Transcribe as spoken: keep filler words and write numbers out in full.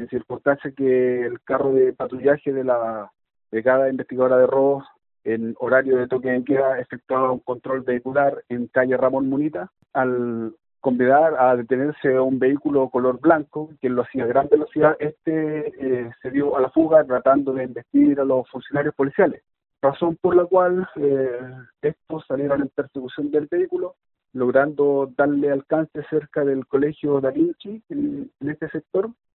circunstancia que el carro de patrullaje de la Brigada Investigadora de Robos, en horario de toque de queda, efectuaba un control vehicular en calle Ramón Munita. Al convidar a detenerse un vehículo color blanco, que lo hacía a gran velocidad, este eh, se dio a la fuga tratando de embestir a los funcionarios policiales, razón por la cual eh, estos salieron en persecución del vehículo, logrando darle alcance cerca del colegio Da Vinci, en, en este sector,